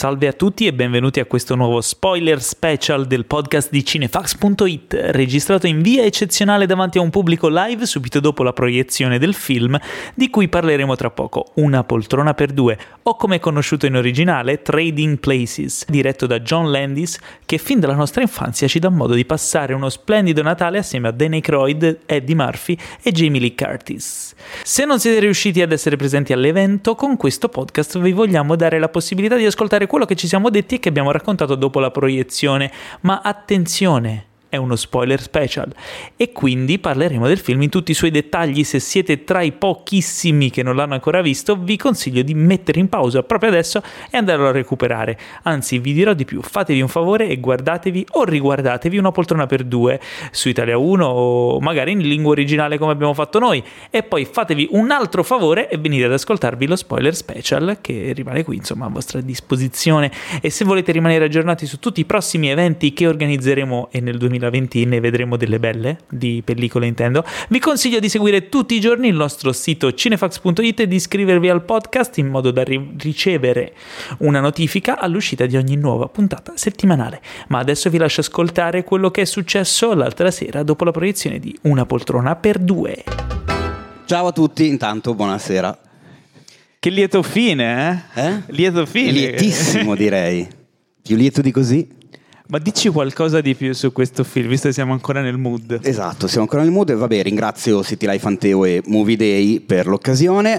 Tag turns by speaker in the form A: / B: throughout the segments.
A: Salve a tutti e benvenuti a questo nuovo spoiler special del podcast di Cinefax.it, registrato in via eccezionale davanti a un pubblico live subito dopo la proiezione del film di cui parleremo tra poco, Una poltrona per due, o come è conosciuto in originale Trading Places, diretto da John Landis, che fin dalla nostra infanzia ci dà modo di passare uno splendido Natale assieme a Danny Aykroyd, Eddie Murphy e Jamie Lee Curtis. Se non siete riusciti ad essere presenti all'evento, con questo podcast vi vogliamo dare la possibilità di ascoltare quello che ci siamo detti e che abbiamo raccontato dopo la proiezione, ma attenzione! È uno spoiler special e quindi parleremo del film in tutti i suoi dettagli. Se siete tra i pochissimi che non l'hanno ancora visto, vi consiglio di mettere in pausa proprio adesso e andarlo a recuperare. Anzi, vi dirò di più, fatevi un favore e guardatevi o riguardatevi Una poltrona per due su Italia 1 o magari in lingua originale come abbiamo fatto noi, e poi fatevi un altro favore e venite ad ascoltarvi lo spoiler special che rimane qui insomma a vostra disposizione. E se volete rimanere aggiornati su tutti i prossimi eventi che organizzeremo e nel 2020 ne vedremo delle belle, di pellicole intendo, vi consiglio di seguire tutti i giorni il nostro sito cinefax.it e di iscrivervi al podcast in modo da ricevere una notifica all'uscita di ogni nuova puntata settimanale. Ma adesso vi lascio ascoltare quello che è successo l'altra sera dopo la proiezione di Una poltrona per due.
B: Ciao a tutti, intanto buonasera.
A: Che lieto fine, eh? Lieto fine.
B: Lietissimo direi, più lieto di così.
A: Ma dici qualcosa di più su questo film, visto che siamo ancora nel mood.
B: Esatto, siamo ancora nel mood e vabbè, ringrazio City Life Anteo e Movie Day per l'occasione.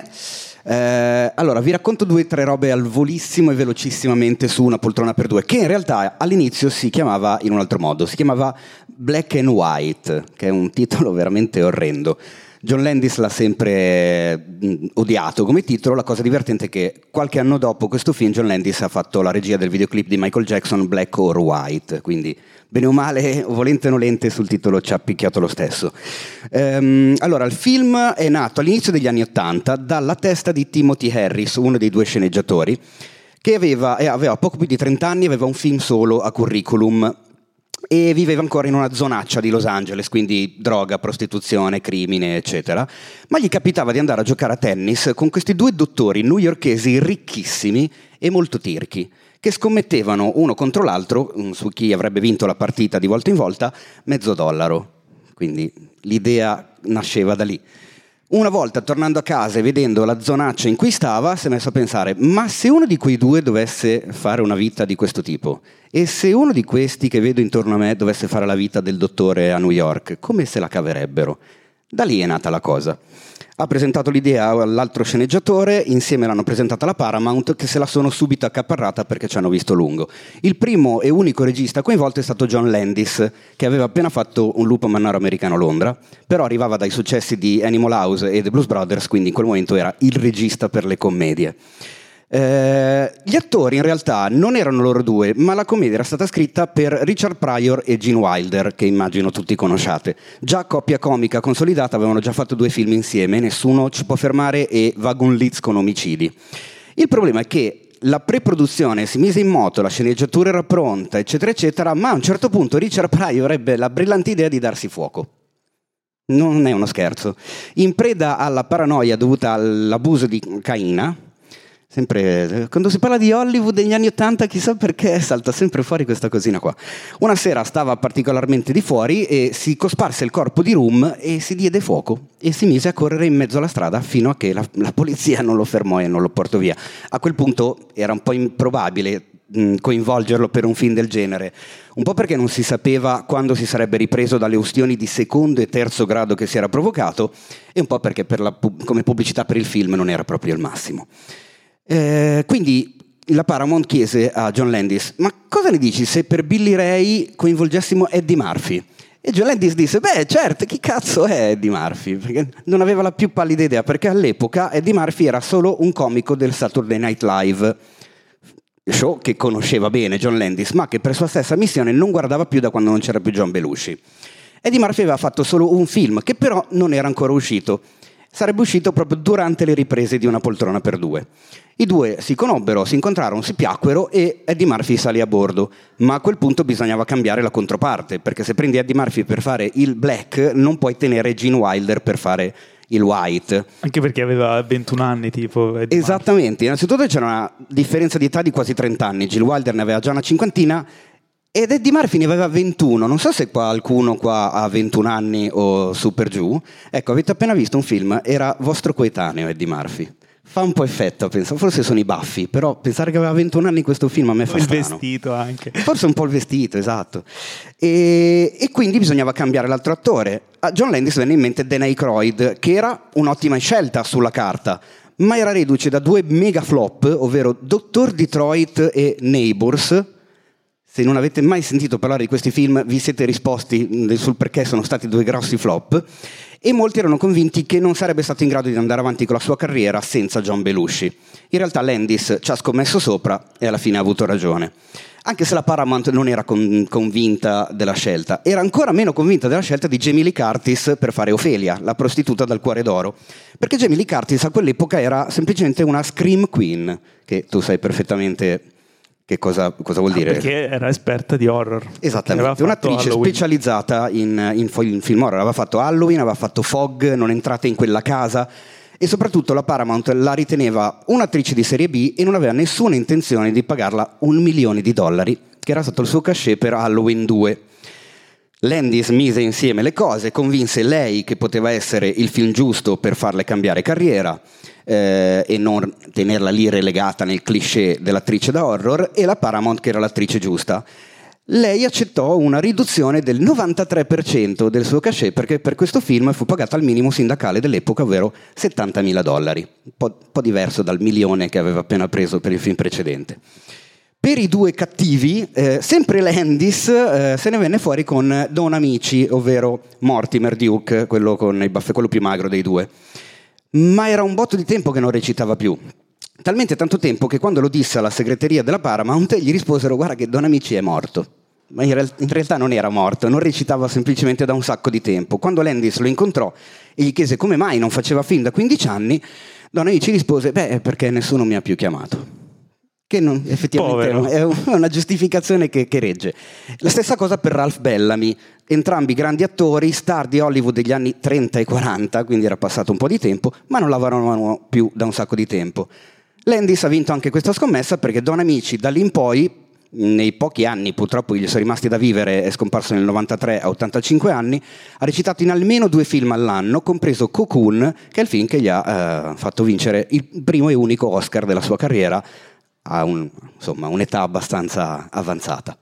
B: Allora, vi racconto 2 o 3 robe al volissimo e velocissimamente su Una poltrona per due, che in realtà all'inizio si chiamava in un altro modo, si chiamava Black and White, che è un titolo veramente orrendo. John Landis l'ha sempre odiato come titolo. La cosa divertente è che qualche anno dopo questo film John Landis ha fatto la regia del videoclip di Michael Jackson Black or White, quindi bene o male, volente o nolente, sul titolo ci ha picchiato lo stesso. Allora, il film è nato all'inizio degli anni '80 dalla testa di Timothy Harris, uno dei 2 sceneggiatori, che aveva poco più di 30 anni, aveva un film solo a curriculum e viveva ancora in una zonaccia di Los Angeles, quindi droga, prostituzione, crimine, eccetera. Ma gli capitava di andare a giocare a tennis con questi 2 dottori newyorkesi ricchissimi e molto tirchi, che scommettevano uno contro l'altro su chi avrebbe vinto la partita di volta in volta $0,50. Quindi l'idea nasceva da lì. Una volta, tornando a casa e vedendo la zonaccia in cui stava, si è messo a pensare: ma se uno di quei 2 dovesse fare una vita di questo tipo, e se uno di questi che vedo intorno a me dovesse fare la vita del dottore a New York, come se la caverebbero? Da lì è nata la cosa. Ha presentato l'idea all'altro sceneggiatore, insieme l'hanno presentata alla Paramount, che se la sono subito accaparrata perché ci hanno visto lungo. Il primo e unico regista coinvolto è stato John Landis, che aveva appena fatto Un lupo mannaro americano a Londra, però arrivava dai successi di Animal House e The Blues Brothers, quindi in quel momento era il regista per le commedie. Gli attori in realtà non erano loro 2, ma la commedia era stata scritta per Richard Pryor e Gene Wilder, che immagino tutti conosciate. Già coppia comica consolidata, avevano già fatto 2 film insieme, Nessuno ci può fermare e Wagon Leeds con omicidi. Il problema è che la pre-produzione si mise in moto, la sceneggiatura era pronta, eccetera eccetera, ma a un certo punto Richard Pryor ebbe la brillante idea di darsi fuoco. Non è uno scherzo. In preda alla paranoia dovuta all'abuso di cocaina, sempre, quando si parla di Hollywood degli anni '80, chissà perché salta sempre fuori questa cosina qua. Una sera stava particolarmente di fuori e si cosparse il corpo di rum e si diede fuoco e si mise a correre in mezzo alla strada fino a che la polizia non lo fermò e non lo portò via. A quel punto era un po' improbabile coinvolgerlo per un film del genere, un po' perché non si sapeva quando si sarebbe ripreso dalle ustioni di 2° e 3° grado che si era provocato, e un po' perché come pubblicità per il film non era proprio il massimo. Quindi la Paramount chiese a John Landis: ma cosa ne dici se per Billy Ray coinvolgessimo Eddie Murphy? E John Landis disse: beh certo, chi cazzo è Eddie Murphy? Perché non aveva la più pallida idea, perché all'epoca Eddie Murphy era solo un comico del Saturday Night Live, show che conosceva bene John Landis, ma che per sua stessa missione non guardava più da quando non c'era più John Belushi. Eddie Murphy aveva fatto solo un film che però non era ancora uscito. Sarebbe uscito proprio durante le riprese di Una poltrona per due. I 2 si conobbero, si incontrarono, si piacquero e Eddie Murphy salì a bordo. Ma a quel punto bisognava cambiare la controparte, perché se prendi Eddie Murphy per fare il Black non puoi tenere Gene Wilder per fare il White.
A: Anche perché aveva 21 anni, tipo.
B: Esattamente, innanzitutto c'era una differenza di età di quasi 30 anni, Jill Wilder ne aveva già una cinquantina ed Eddie Murphy ne aveva 21, non so se qualcuno qua ha 21 anni o su per giù. Ecco, avete appena visto un film, era vostro coetaneo Eddie Murphy. Fa un po' effetto, penso, forse sono i baffi, però pensare che aveva 21 anni in questo film a me fa strano.
A: Il vestito anche.
B: Forse un po' il vestito, esatto. E quindi bisognava cambiare l'altro attore. A John Landis venne in mente Dan Aykroyd, che era un'ottima scelta sulla carta, ma era reduce da 2 mega flop, ovvero Dr. Detroit e Neighbors. Se non avete mai sentito parlare di questi film, vi siete risposti sul perché sono stati 2 grossi flop, e molti erano convinti che non sarebbe stato in grado di andare avanti con la sua carriera senza John Belushi. In realtà Landis ci ha scommesso sopra e alla fine ha avuto ragione. Anche se la Paramount non era convinta della scelta, era ancora meno convinta della scelta di Jamie Lee Curtis per fare Ophelia, la prostituta dal cuore d'oro, perché Jamie Lee Curtis a quell'epoca era semplicemente una scream queen, che tu sai perfettamente che cosa vuol dire.
A: Perché era esperta di horror.
B: Esattamente, un'attrice specializzata in film horror, aveva fatto Halloween, aveva fatto Fog, Non entrate in quella casa, e soprattutto la Paramount la riteneva un'attrice di serie B e non aveva nessuna intenzione di pagarla $1 milione, che era stato il suo cachet per Halloween 2. Landis mise insieme le cose, convinse lei che poteva essere il film giusto per farle cambiare carriera e non tenerla lì relegata nel cliché dell'attrice da horror, e la Paramount che era l'attrice giusta. Lei accettò una riduzione del 93% del suo cachet perché per questo film fu pagata al minimo sindacale dell'epoca, ovvero $70.000, un po' diverso dal milione che aveva appena preso per il film precedente. Per i 2 cattivi, sempre Landis se ne venne fuori con Don Amici, ovvero Mortimer Duke, quello con i baffi, quello più magro dei 2. Ma era un botto di tempo che non recitava più. Talmente tanto tempo che quando lo disse alla segreteria della Paramount gli risposero: guarda che Don Amici è morto. Ma in realtà non era morto, non recitava semplicemente da un sacco di tempo. Quando Landis lo incontrò e gli chiese come mai non faceva film da 15 anni, Don Amici rispose: beh, perché nessuno mi ha più chiamato. Che non, effettivamente è una giustificazione che regge. La stessa cosa per Ralph Bellamy, entrambi grandi attori, star di Hollywood degli anni 30 e 40, quindi era passato un po' di tempo, ma non lavoravano più da un sacco di tempo. Landis ha vinto anche questa scommessa perché Don Amici da lì in poi, nei pochi anni purtroppo gli sono rimasti da vivere, è scomparso nel 93 a 85 anni, ha recitato in almeno 2 film all'anno, compreso Cocoon, che è il film che gli ha fatto vincere il primo e unico Oscar della sua carriera, a un'età abbastanza avanzata.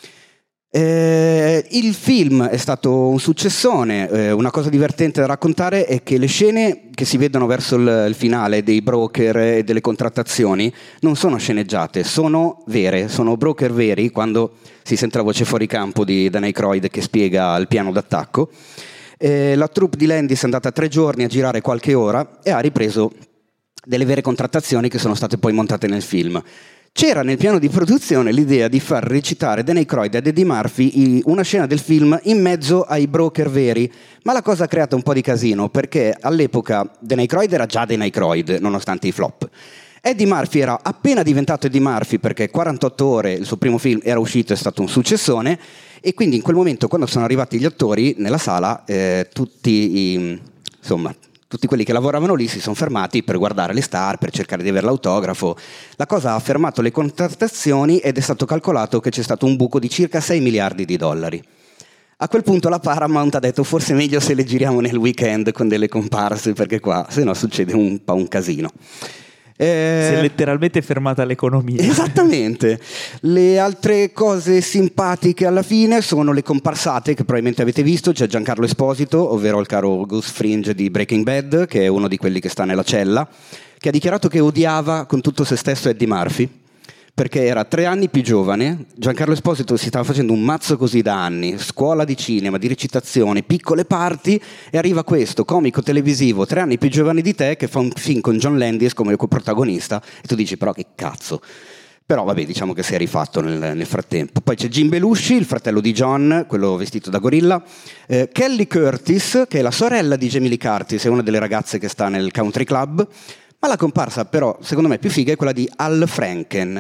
B: Il film è stato un successone. Una cosa divertente da raccontare è che le scene che si vedono verso il finale dei broker e delle contrattazioni non sono sceneggiate, sono vere, sono broker veri, quando si sente la voce fuori campo di Dan Aykroyd che spiega il piano d'attacco. La troupe di Landis è andata 3 giorni a girare qualche ora e ha ripreso delle vere contrattazioni che sono state poi montate nel film. C'era nel piano di produzione l'idea di far recitare Dan Aykroyd ed Eddie Murphy una scena del film in mezzo ai broker veri, ma la cosa ha creato un po' di casino perché all'epoca Dan Aykroyd era già Dan Aykroyd nonostante i flop. Eddie Murphy era appena diventato Eddie Murphy perché 48 ore, il suo primo film era uscito, è stato un successone, e quindi in quel momento quando sono arrivati gli attori nella sala tutti quelli che lavoravano lì si sono fermati per guardare le star, per cercare di avere l'autografo. La cosa ha fermato le contrattazioni ed è stato calcolato che c'è stato un buco di circa $6 miliardi. A quel punto la Paramount ha detto forse è meglio se le giriamo nel weekend con delle comparse, perché qua se no succede un po' un casino.
A: Si è letteralmente fermata l'economia.
B: Esattamente. Le altre cose simpatiche alla fine sono le comparsate che probabilmente avete visto. C'è Giancarlo Esposito, ovvero il caro Gus Fring di Breaking Bad, che è uno di quelli che sta nella cella, che ha dichiarato che odiava con tutto se stesso Eddie Murphy perché era 3 anni più giovane. Giancarlo Esposito si stava facendo un mazzo così da anni, scuola di cinema, di recitazione, piccole parti, e arriva questo comico televisivo 3 anni più giovane di te che fa un film con John Landis come coprotagonista e tu dici però che cazzo. Però vabbè, diciamo che si è rifatto nel frattempo. Poi c'è Jim Belushi, il fratello di John, quello vestito da gorilla, Kelly Curtis, che è la sorella di Jamie Lee Curtis, è una delle ragazze che sta nel country club, ma la comparsa però secondo me più figa è quella di Al Franken.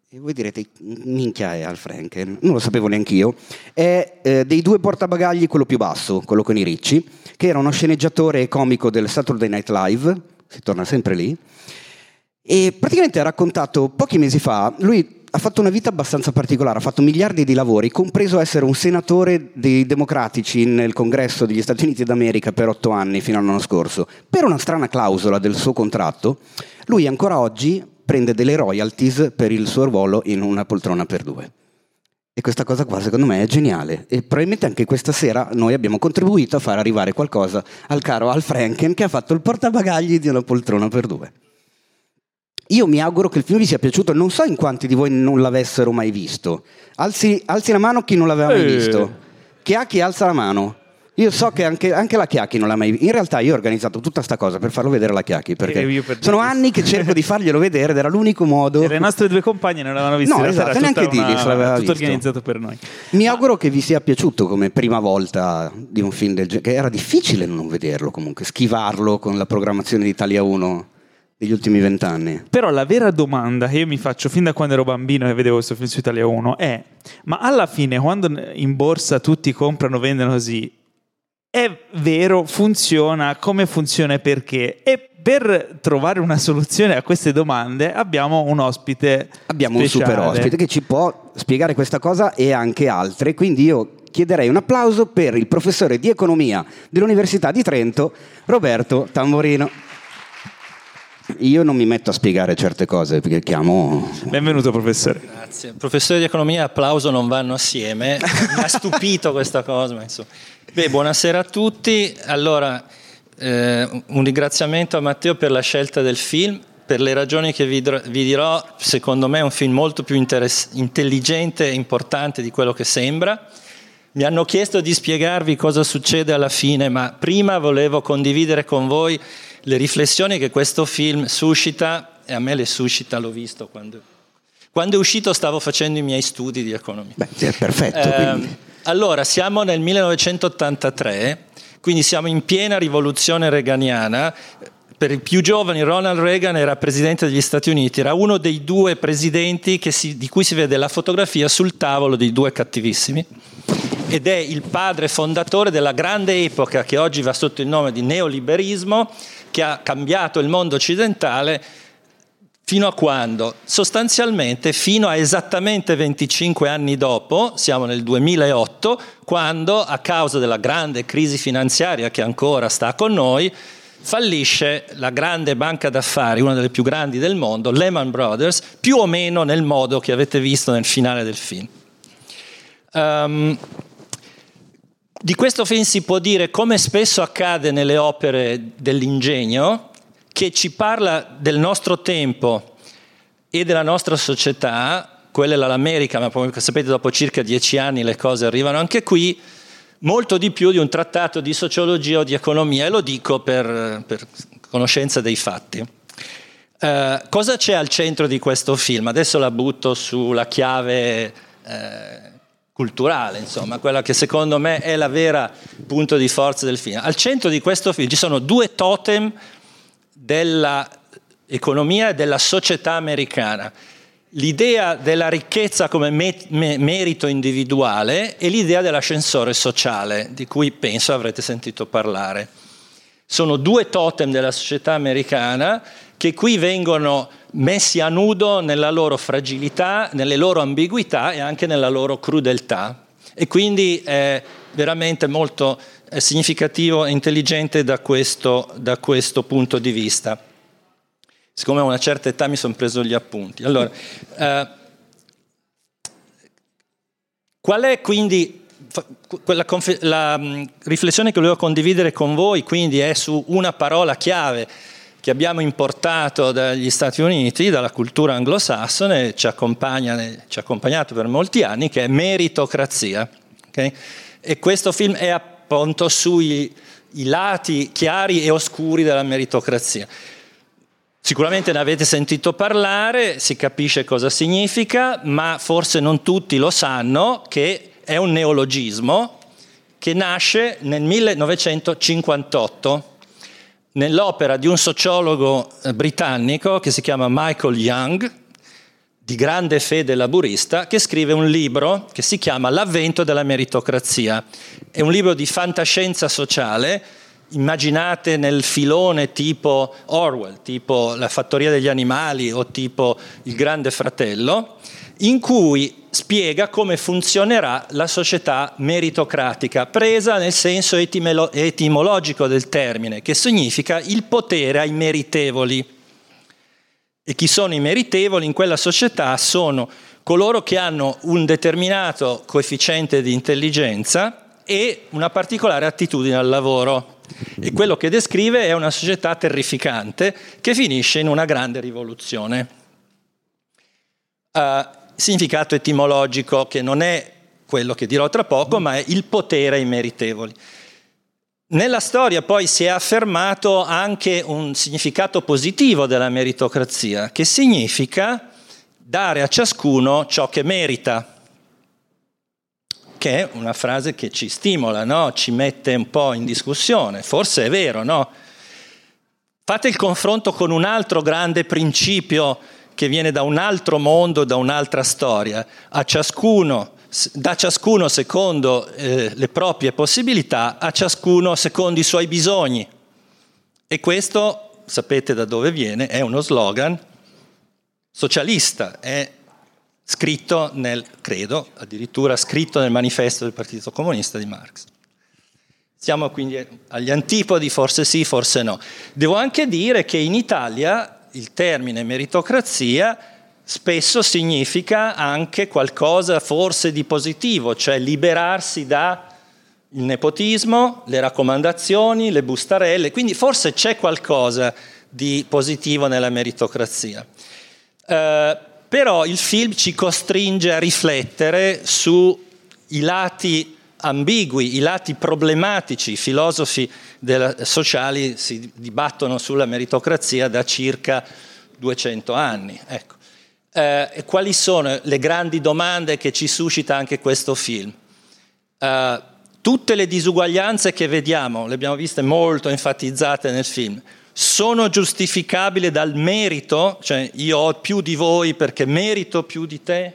B: e voi direte, minchia è Al Franken? Non lo sapevo neanch'io. È dei due portabagagli quello più basso, quello con i ricci, che era uno sceneggiatore e comico del Saturday Night Live, si torna sempre lì, e praticamente ha raccontato pochi mesi fa, lui ha fatto una vita abbastanza particolare, ha fatto miliardi di lavori, compreso essere un senatore dei democratici nel congresso degli Stati Uniti d'America per 8 anni fino all'anno scorso. Per una strana clausola del suo contratto, lui ancora oggi prende delle royalties per il suo ruolo in Una poltrona per due. E questa cosa qua secondo me è geniale, e probabilmente anche questa sera noi abbiamo contribuito a far arrivare qualcosa al caro Al Franken, che ha fatto il portabagagli di Una poltrona per due. Io mi auguro che il film vi sia piaciuto, non so in quanti di voi non l'avessero mai visto. Alzi la mano chi non l'aveva mai visto. Chiacchi alza la mano. Io so che anche la Chiacchi non l'ha mai visto. In realtà io ho organizzato tutta sta cosa per farlo vedere alla Chiacchi, perché sono anni che cerco di farglielo vedere ed era l'unico modo.
A: E le nostre due compagne non l'avevano visto.
B: No, esatto, neanche Dilis l'aveva
A: tutto
B: visto.
A: Organizzato per noi.
B: Mi auguro che vi sia piaciuto come prima volta di un film del genere, che era difficile non vederlo comunque, schivarlo con la programmazione di Italia 1 degli ultimi 20 anni.
A: Però la vera domanda che io mi faccio fin da quando ero bambino e vedevo questo film su Italia 1 è: ma alla fine quando in borsa tutti comprano, vendono così, è vero, funziona, come funziona e perché? E per trovare una soluzione a queste domande abbiamo un ospite speciale.
B: Un super ospite che ci può spiegare questa cosa e anche altre, quindi io chiederei un applauso per il professore di economia dell'Università di Trento, Roberto Tamborino. Io non mi metto a spiegare certe cose perché chiamo...
A: Benvenuto professore.
C: Grazie. Professore di economia e applauso non vanno assieme. Mi ha stupito questa cosa, ma insomma. Buonasera a tutti. Allora, un ringraziamento a Matteo per la scelta del film. Per le ragioni che vi dirò, secondo me è un film molto più intelligente e importante di quello che sembra. Mi hanno chiesto di spiegarvi cosa succede alla fine, ma prima volevo condividere con voi le riflessioni che questo film suscita, e a me le suscita, l'ho visto quando è uscito, stavo facendo i miei studi di economia.
B: Beh, è perfetto.
C: Allora, siamo nel 1983, quindi siamo in piena rivoluzione reaganiana. Per i più giovani, Ronald Reagan era presidente degli Stati Uniti, era uno dei due presidenti di cui si vede la fotografia sul tavolo dei due cattivissimi, ed è il padre fondatore della grande epoca che oggi va sotto il nome di neoliberismo, che ha cambiato il mondo occidentale fino a quando? Sostanzialmente fino a esattamente 25 anni dopo, siamo nel 2008, quando a causa della grande crisi finanziaria che ancora sta con noi, fallisce la grande banca d'affari, una delle più grandi del mondo, Lehman Brothers, più o meno nel modo che avete visto nel finale del film. Di questo film si può dire, come spesso accade nelle opere dell'ingegno, che ci parla del nostro tempo e della nostra società. Quella è l'America, ma come sapete dopo circa 10 anni le cose arrivano anche qui, molto di più di un trattato di sociologia o di economia, e lo dico per conoscenza dei fatti. Cosa c'è al centro di questo film? Adesso la butto sulla chiave culturale, insomma, quella che secondo me è la vera punto di forza del film. Al centro di questo film ci sono due totem dell'economia e della società americana: l'idea della ricchezza come merito individuale e l'idea dell'ascensore sociale, di cui penso avrete sentito parlare. Sono due totem della società americana che qui vengono messi a nudo nella loro fragilità, nelle loro ambiguità e anche nella loro crudeltà. E quindi è veramente molto significativo e intelligente da questo punto di vista. Siccome a una certa età mi sono preso gli appunti. Allora, qual è quindi la riflessione che volevo condividere con voi? Quindi è su una parola chiave che abbiamo importato dagli Stati Uniti, dalla cultura anglosassone, ci ha accompagnato per molti anni, che è meritocrazia. Okay? E questo film è appunto sui lati chiari e oscuri della meritocrazia. Sicuramente ne avete sentito parlare, si capisce cosa significa, ma forse non tutti lo sanno che è un neologismo che nasce nel 1958 nell'opera di un sociologo britannico che si chiama Michael Young, di grande fede laburista, che scrive un libro che si chiama L'avvento della meritocrazia. È un libro di fantascienza sociale, immaginate nel filone tipo Orwell, tipo La fattoria degli animali o tipo Il Grande Fratello, in cui spiega come funzionerà la società meritocratica, presa nel senso etimologico del termine, che significa il potere ai meritevoli. E chi sono i meritevoli in quella società? Sono coloro che hanno un determinato coefficiente di intelligenza e una particolare attitudine al lavoro. E quello che descrive è una società terrificante che finisce in una grande rivoluzione. Significato etimologico che non è quello che dirò tra poco, ma è il potere ai meritevoli. Nella storia poi si è affermato anche un significato positivo della meritocrazia, che significa dare a ciascuno ciò che merita, che è una frase che ci stimola, no? Ci mette un po' in discussione, forse è vero, no? Fate il confronto con un altro grande principio che viene da un altro mondo, da un'altra storia. Da ciascuno secondo le proprie possibilità, a ciascuno secondo i suoi bisogni. E questo, sapete da dove viene, è uno slogan socialista, è scritto credo, addirittura scritto nel manifesto del Partito Comunista di Marx. Siamo quindi agli antipodi, forse sì, forse no. Devo anche dire che in Italia il termine meritocrazia spesso significa anche qualcosa forse di positivo, cioè liberarsi dal nepotismo, le raccomandazioni, le bustarelle, quindi forse c'è qualcosa di positivo nella meritocrazia. Però il film ci costringe a riflettere sui lati ambigui, i lati problematici. I filosofi sociali si dibattono sulla meritocrazia da circa 200 anni. Ecco. Quali sono le grandi domande che ci suscita anche questo film? Tutte le disuguaglianze che vediamo, le abbiamo viste molto enfatizzate nel film, sono giustificabili dal merito? Cioè io ho più di voi perché merito più di te?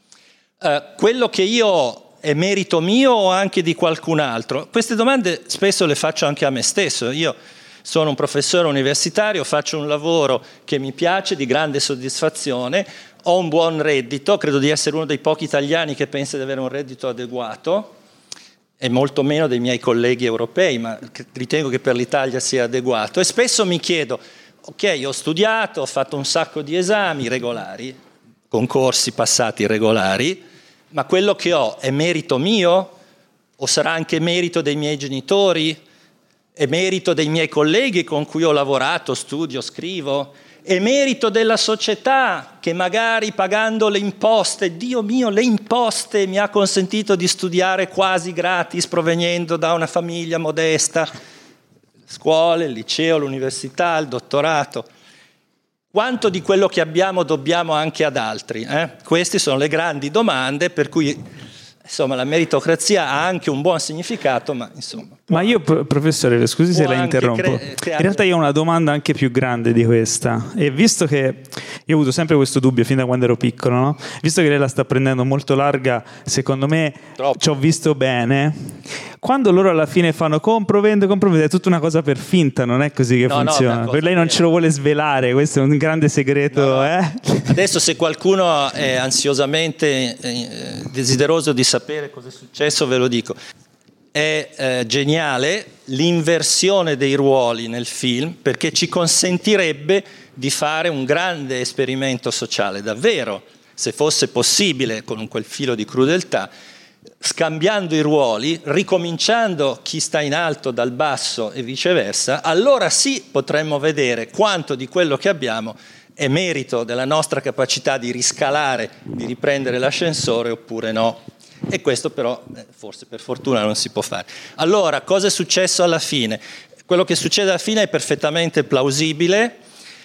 C: Quello che io ho è merito mio o anche di qualcun altro? Queste domande spesso le faccio anche a me stesso. Io sono un professore universitario, faccio un lavoro che mi piace, di grande soddisfazione, ho un buon reddito, credo di essere uno dei pochi italiani che pensa di avere un reddito adeguato, e molto meno dei miei colleghi europei, ma ritengo che per l'Italia sia adeguato. E spesso mi chiedo, ok, ho studiato, ho fatto un sacco di esami regolari, concorsi passati regolari, ma quello che ho è merito mio? O sarà anche merito dei miei genitori? È merito dei miei colleghi con cui ho lavorato, studio, scrivo? È merito della società che magari pagando le imposte, Dio mio, le imposte mi ha consentito di studiare quasi gratis provenendo da una famiglia modesta, scuole, il liceo, l'università, il dottorato. Quanto di quello che abbiamo dobbiamo anche ad altri? Queste sono le grandi domande per cui insomma la meritocrazia ha anche un buon significato, ma insomma.
A: Ma io, professore, scusi se la interrompo, in realtà io ho una domanda anche più grande di questa, e visto che io ho avuto sempre questo dubbio fin da quando ero piccolo, no? Visto che lei la sta prendendo molto larga, secondo me ci ho visto bene, quando loro alla fine fanno compro, vendo, è tutta una cosa per finta, non è così che funziona. Per lei non ce lo vuole svelare, questo è un grande segreto. No.
C: Adesso se qualcuno è ansiosamente desideroso di sapere cosa è successo, ve lo dico. È geniale l'inversione dei ruoli nel film, perché ci consentirebbe di fare un grande esperimento sociale, davvero, se fosse possibile, con quel filo di crudeltà, scambiando i ruoli, ricominciando chi sta in alto dal basso e viceversa, allora sì potremmo vedere quanto di quello che abbiamo è merito della nostra capacità di riscalare, di riprendere l'ascensore oppure no. E questo però forse per fortuna non si può fare. Allora, cosa è successo alla fine? Quello che succede alla fine è perfettamente plausibile.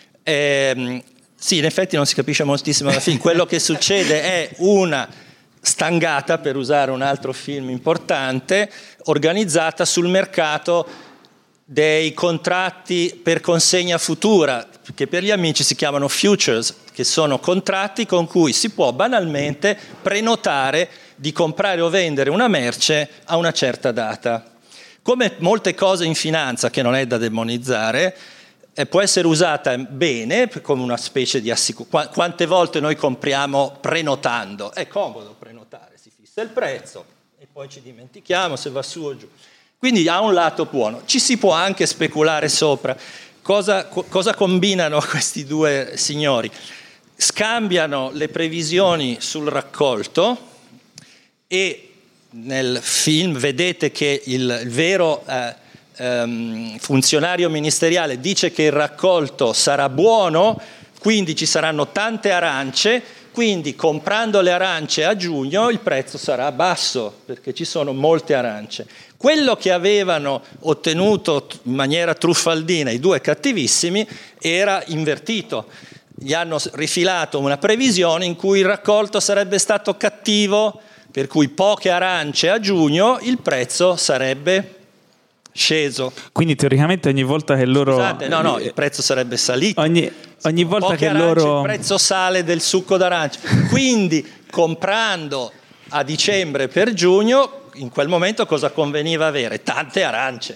C: Sì, in effetti non si capisce moltissimo alla fine. Quello che succede è una stangata, per usare un altro film importante, organizzata sul mercato dei contratti per consegna futura, che per gli amici si chiamano futures, che sono contratti con cui si può banalmente prenotare di comprare o vendere una merce a una certa data. Come molte cose in finanza, che non è da demonizzare, può essere usata bene come una specie di assicurazione. Quante volte noi compriamo prenotando? È comodo prenotare, si fissa il prezzo e poi ci dimentichiamo se va su o giù. Quindi ha un lato buono. Ci si può anche speculare sopra. Cosa combinano questi due signori? Scambiano le previsioni sul raccolto e nel film vedete che il vero funzionario ministeriale dice che il raccolto sarà buono, quindi ci saranno tante arance, quindi comprando le arance a giugno il prezzo sarà basso perché ci sono molte arance. Quello che avevano ottenuto in maniera truffaldina i due cattivissimi era invertito. Gli hanno rifilato una previsione in cui il raccolto sarebbe stato cattivo, per cui poche arance a giugno il prezzo sarebbe sceso.
A: Quindi teoricamente ogni volta che loro...
C: Scusate, no, il prezzo sarebbe salito.
A: Ogni volta
C: poche
A: che
C: arance,
A: loro...
C: il prezzo sale del succo d'arancia. Quindi comprando a dicembre per giugno, in quel momento cosa conveniva avere? Tante arance.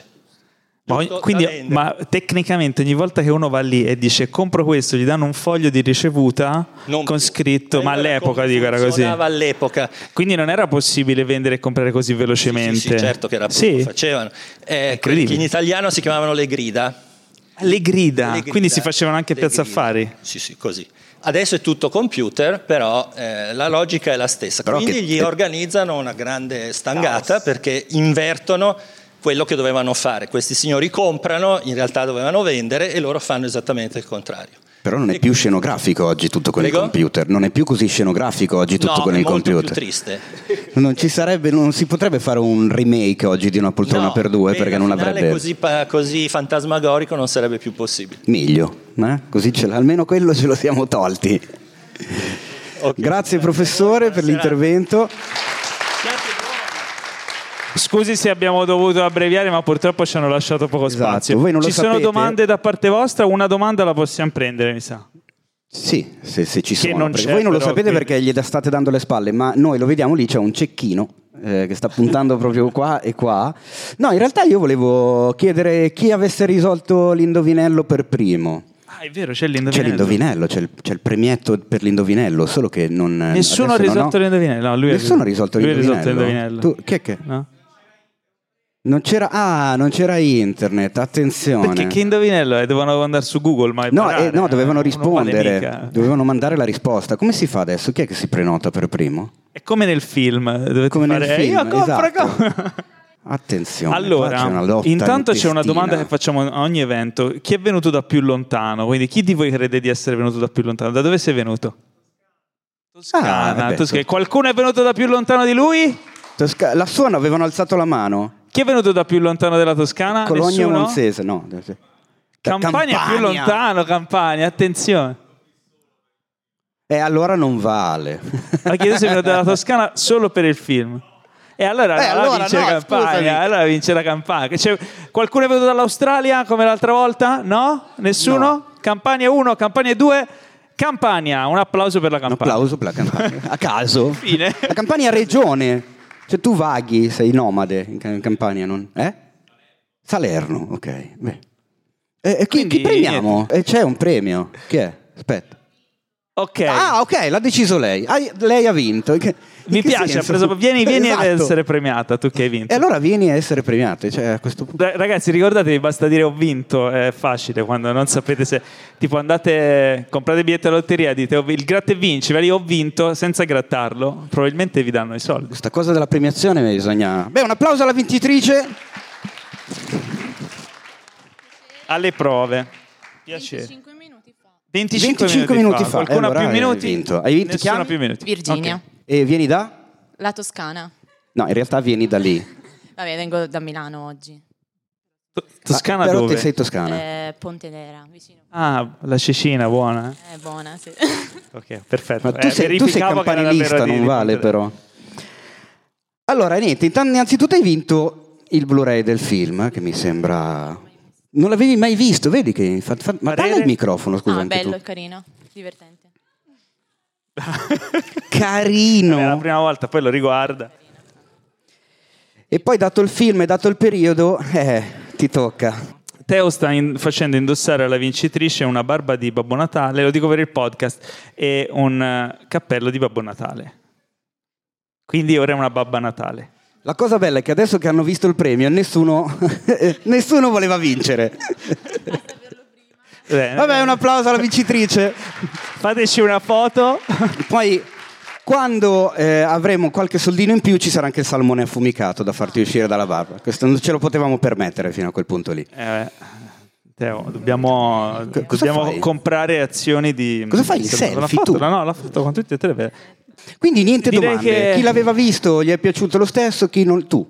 A: Ma tecnicamente ogni volta che uno va lì e dice compro questo, gli danno un foglio di ricevuta con scritto, ma all'epoca era così.
C: All'epoca.
A: Quindi non era possibile vendere e comprare così velocemente.
C: Sì, certo che era lo facevano. Che in italiano si chiamavano le grida.
A: Le grida, quindi si facevano anche Piazza Affari.
C: Sì, così. Adesso è tutto computer, però la logica è la stessa. Però quindi gli organizzano una grande stangata perché invertono quello che dovevano fare. Questi signori comprano, in realtà dovevano vendere e loro fanno esattamente il contrario.
B: Però non è più scenografico oggi tutto con il computer, non è più così scenografico oggi tutto con il computer.
C: No, è molto più triste.
B: Non si potrebbe fare un remake oggi di Una poltrona per due perché non avrebbe...
C: così fantasmagorico non sarebbe più possibile.
B: Meglio, così almeno quello ce lo siamo tolti. Okay. Grazie professore per l'intervento.
A: Scusi se abbiamo dovuto abbreviare, ma purtroppo ci hanno lasciato poco spazio.
B: Voi non lo
A: ci sono domande da parte vostra? Una domanda la possiamo prendere, mi sa.
B: Sì, se ci sono.
A: Non
B: voi non lo sapete perché gli state dando le spalle, ma noi lo vediamo lì, c'è un cecchino che sta puntando proprio qua e qua. No, in realtà io volevo chiedere chi avesse risolto l'indovinello per primo.
A: Ah, è vero, c'è l'indovinello.
B: C'è l'indovinello, c'è il premietto per l'indovinello, solo che non...
A: Nessuno ha risolto l'indovinello. No,
B: nessuno ha risolto
A: l'indovinello.
B: Tu, che?
A: No?
B: Non c'era internet, attenzione.
A: Perché che indovinello è? Dovevano andare su Google, ma
B: no, dovevano rispondere, dovevano mandare la risposta. Come si fa adesso? Chi è che si prenota per primo?
A: È come nel film, dovete
B: come
A: fare...
B: nel film,
A: io compro.
B: Attenzione.
A: Allora, intanto c'è una domanda che facciamo a ogni evento. Chi è venuto da più lontano? Quindi chi di voi crede di essere venuto da più lontano? Da dove sei venuto? Toscana. Qualcuno è venuto da più lontano di lui?
B: Lassù avevano alzato la mano.
A: Chi è venuto da più lontano della Toscana?
B: Cologna
A: Nessuno?
B: Monzese, no.
A: Campania è più lontano, Campania, attenzione.
B: Allora non vale.
A: Ma che tu sei venuto dalla Toscana solo per il film. E allora vince la Campania. Allora vince la Campania. Qualcuno è venuto dall'Australia come l'altra volta? No? Nessuno? No. Campania 1, Campania 2. Campania, un applauso per la Campania.
B: Un applauso per la Campania. A caso.
A: Fine.
B: La Campania regione. Cioè tu vaghi, sei nomade in Campania, non? Salerno, ok. Chi premiamo? C'è un premio. Chi è? Aspetta.
A: Ok.
B: Ah, ok, l'ha deciso lei. Lei ha vinto.
A: Mi piace, vieni esatto. Ad essere premiata, tu che hai vinto.
B: E allora vieni a essere premiato, cioè a questo punto.
A: Ragazzi, ricordatevi, basta dire ho vinto, è facile quando non sapete se... Tipo andate, comprate biglietti alla lotteria, dite il gratta e vinci, ho vinto, senza grattarlo, probabilmente vi danno i soldi.
B: Questa cosa della premiazione bisogna... un applauso alla vincitrice.
A: Alle prove. Piacere.
D: 25
A: minuti fa. Qualcuno ha più minuti?
B: Hai vinto?
A: Nessuno ha più minuti.
D: Virginia.
A: Okay.
B: E vieni da?
D: La Toscana.
B: No, in realtà vieni da lì.
D: Vabbè, vengo da Milano oggi.
A: Toscana
B: però
A: dove?
B: Te sei toscana.
D: Pontedera, vicino.
B: Ah,
A: la cecina, buona?
D: È buona, sì.
A: Ok, perfetto.
B: Ma tu sei campanilista, non vale però. Allora, niente, innanzitutto hai vinto il Blu-ray del film, che mi sembra... Non l'avevi mai visto, vedi che... Ma dai il microfono, scusa.
D: Bello, carino, divertente.
B: Carino.
A: È la prima volta, poi lo riguarda.
B: E poi dato il film e dato il periodo, ti tocca.
A: Teo sta facendo indossare alla vincitrice una barba di Babbo Natale, lo dico per il podcast, e un cappello di Babbo Natale. Quindi ora è una Babba Natale.
B: La cosa bella è che adesso che hanno visto il premio nessuno voleva vincere. Vabbè, un applauso alla vincitrice.
A: Fateci una foto.
B: Poi quando avremo qualche soldino in più ci sarà anche il salmone affumicato da farti uscire dalla barba. Questo non ce lo potevamo permettere fino a quel punto lì.
A: Teo, dobbiamo comprare azioni di...
B: Cosa fai? Il selfie tu?
A: No, l'ha fatto con tutte e tre.
B: Quindi niente
A: Direi
B: domande.
A: che...
B: Chi l'aveva visto gli è piaciuto lo stesso, chi non... Tu.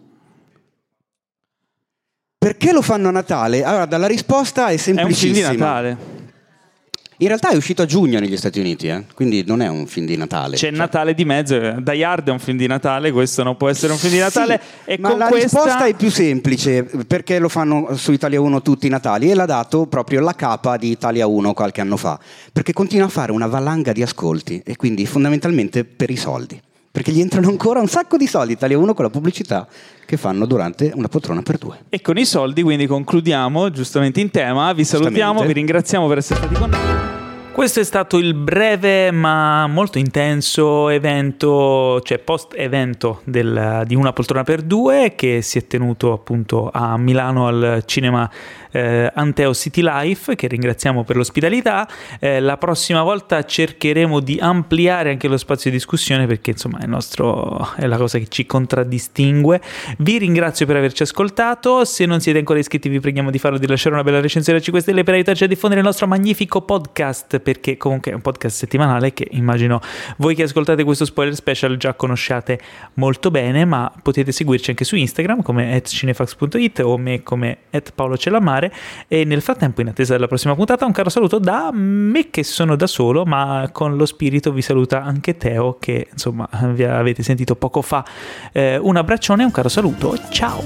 B: Perché lo fanno a Natale? Allora, dalla risposta è semplicissima.
A: È un film di Natale.
B: In realtà è uscito a giugno negli Stati Uniti, quindi non è un film di Natale.
A: C'è Natale di mezzo. Die Hard è un film di Natale, questo non può essere un film di Natale.
B: Sì,
A: e
B: ma
A: con
B: la risposta è più semplice, perché lo fanno su Italia 1 tutti i Natali, e l'ha dato proprio la capa di Italia 1 qualche anno fa, perché continua a fare una valanga di ascolti, e quindi fondamentalmente per i soldi. Perché gli entrano ancora un sacco di soldi Italia 1 con la pubblicità che fanno durante Una poltrona per due.
A: E con i soldi quindi concludiamo giustamente in tema. Vi salutiamo, vi ringraziamo per essere stati con noi. Questo è stato il breve ma molto intenso evento, cioè post-evento di Una poltrona per due, che si è tenuto appunto a Milano al cinema Anteo City Life, che ringraziamo per l'ospitalità. La prossima volta cercheremo di ampliare anche lo spazio di discussione, perché insomma è la cosa che ci contraddistingue. Vi ringrazio per averci ascoltato. Se non siete ancora iscritti vi preghiamo di farlo, di lasciare una bella recensione a 5 stelle per aiutarci a diffondere il nostro magnifico podcast, perché comunque è un podcast settimanale che immagino voi che ascoltate questo spoiler special già conosciate molto bene, ma potete seguirci anche su Instagram come @cinefax.it o me come @paolocellamare. E nel frattempo, in attesa della prossima puntata, un caro saluto da me che sono da solo, ma con lo spirito vi saluta anche Teo, che insomma vi avete sentito poco fa. Un abbraccione e un caro saluto, ciao!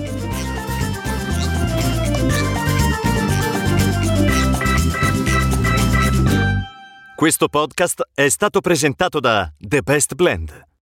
E: Questo podcast è stato presentato da The Best Blend,